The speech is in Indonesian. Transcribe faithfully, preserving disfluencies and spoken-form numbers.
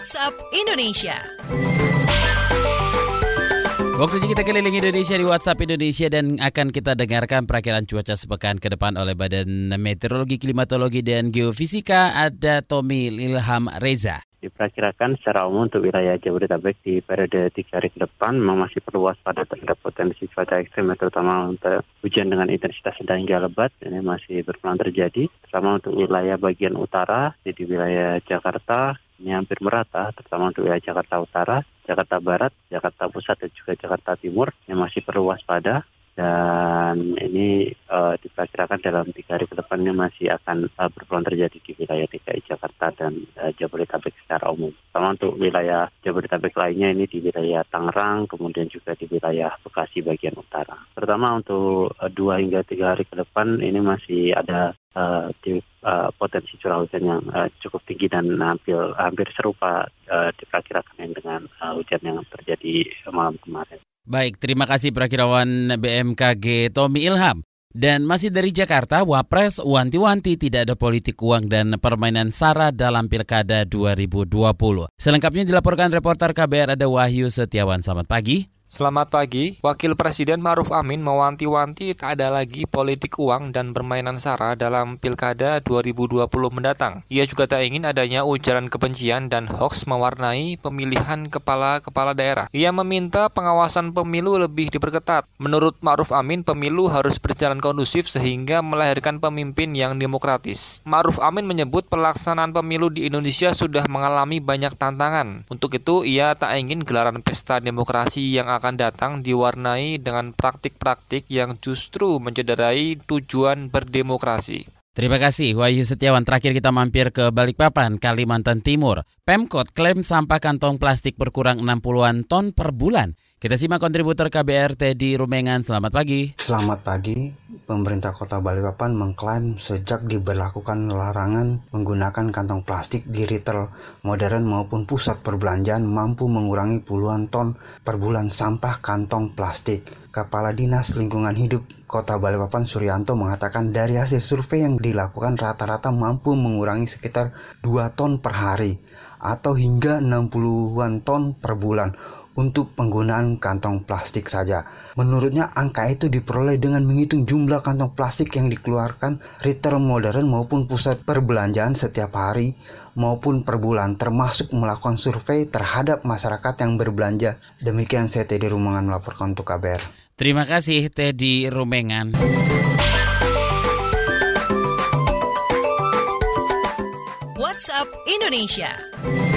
WhatsApp Indonesia. Waktunya kita keliling Indonesia di WhatsApp Indonesia dan akan kita dengarkan perakiran cuaca sepekan ke depan oleh Badan Meteorologi, Klimatologi, dan Geofisika. Ada Tommy Ilham Reza. Diperkirakan secara umum untuk wilayah Jabodetabek di periode tiga hari ke depan memang masih perlu waspada terhadap potensi cuaca ekstrem, terutama untuk hujan dengan intensitas sedang hingga lebat. Ini masih berpeluang terjadi, terutama untuk wilayah bagian utara, jadi wilayah Jakarta ini hampir merata, terutama untuk wilayah Jakarta Utara, Jakarta Barat, Jakarta Pusat, dan juga Jakarta Timur yang masih perlu waspada. Dan ini uh, diperkirakan dalam tiga hari ke depan ini masih akan uh, berpeluang terjadi di wilayah D K I Jakarta dan uh, Jabodetabek secara umum. Sama untuk wilayah Jabodetabek lainnya ini di wilayah Tangerang, kemudian juga di wilayah Bekasi bagian utara. Terutama untuk uh, dua hingga tiga hari ke depan ini masih ada uh, di, uh, potensi curah hujan yang uh, cukup tinggi dan hampir, hampir serupa uh, diperkirakan dengan uh, hujan yang terjadi malam kemarin. Baik, terima kasih Prakirawan B M K G Tommy Ilham. Dan masih dari Jakarta, Wapres wanti-wanti tidak ada politik uang dan permainan SARA dalam Pilkada dua ribu dua puluh. Selengkapnya dilaporkan reporter K B R ada Wahyu Setiawan. Selamat pagi. Selamat pagi. Wakil Presiden Ma'ruf Amin mewanti-wanti tak ada lagi politik uang dan permainan SARA dalam Pilkada dua ribu dua puluh mendatang. Ia juga tak ingin adanya ujaran kebencian dan hoaks mewarnai pemilihan kepala-kepala daerah. Ia meminta pengawasan pemilu lebih diperketat. Menurut Ma'ruf Amin, pemilu harus berjalan kondusif sehingga melahirkan pemimpin yang demokratis. Ma'ruf Amin menyebut pelaksanaan pemilu di Indonesia sudah mengalami banyak tantangan. Untuk itu, ia tak ingin gelaran pesta demokrasi yang akan akan datang diwarnai dengan praktik-praktik yang justru mencederai tujuan berdemokrasi. Terima kasih Wahyu Setiawan. Terakhir kita mampir ke Balikpapan, Kalimantan Timur. Pemkot klaim sampah kantong plastik berkurang enam puluhan ton per bulan. Kita simak kontributor K B R Teddy Rumengan. Selamat pagi. Selamat pagi. Pemerintah Kota Balikpapan mengklaim sejak diberlakukan larangan menggunakan kantong plastik di retail modern maupun pusat perbelanjaan mampu mengurangi puluhan ton per bulan sampah kantong plastik. Kepala Dinas Lingkungan Hidup Kota Balikpapan Suryanto mengatakan dari hasil survei yang dilakukan rata-rata mampu mengurangi sekitar dua ton per hari atau hingga enam puluhan ton per bulan untuk penggunaan kantong plastik saja. Menurutnya angka itu diperoleh dengan menghitung jumlah kantong plastik yang dikeluarkan retail modern maupun pusat perbelanjaan setiap hari maupun per bulan, termasuk melakukan survei terhadap masyarakat yang berbelanja. Demikian saya Teddy Rumengan melaporkan untuk K B R. Terima kasih Teddy Rumengan. WhatsApp Indonesia.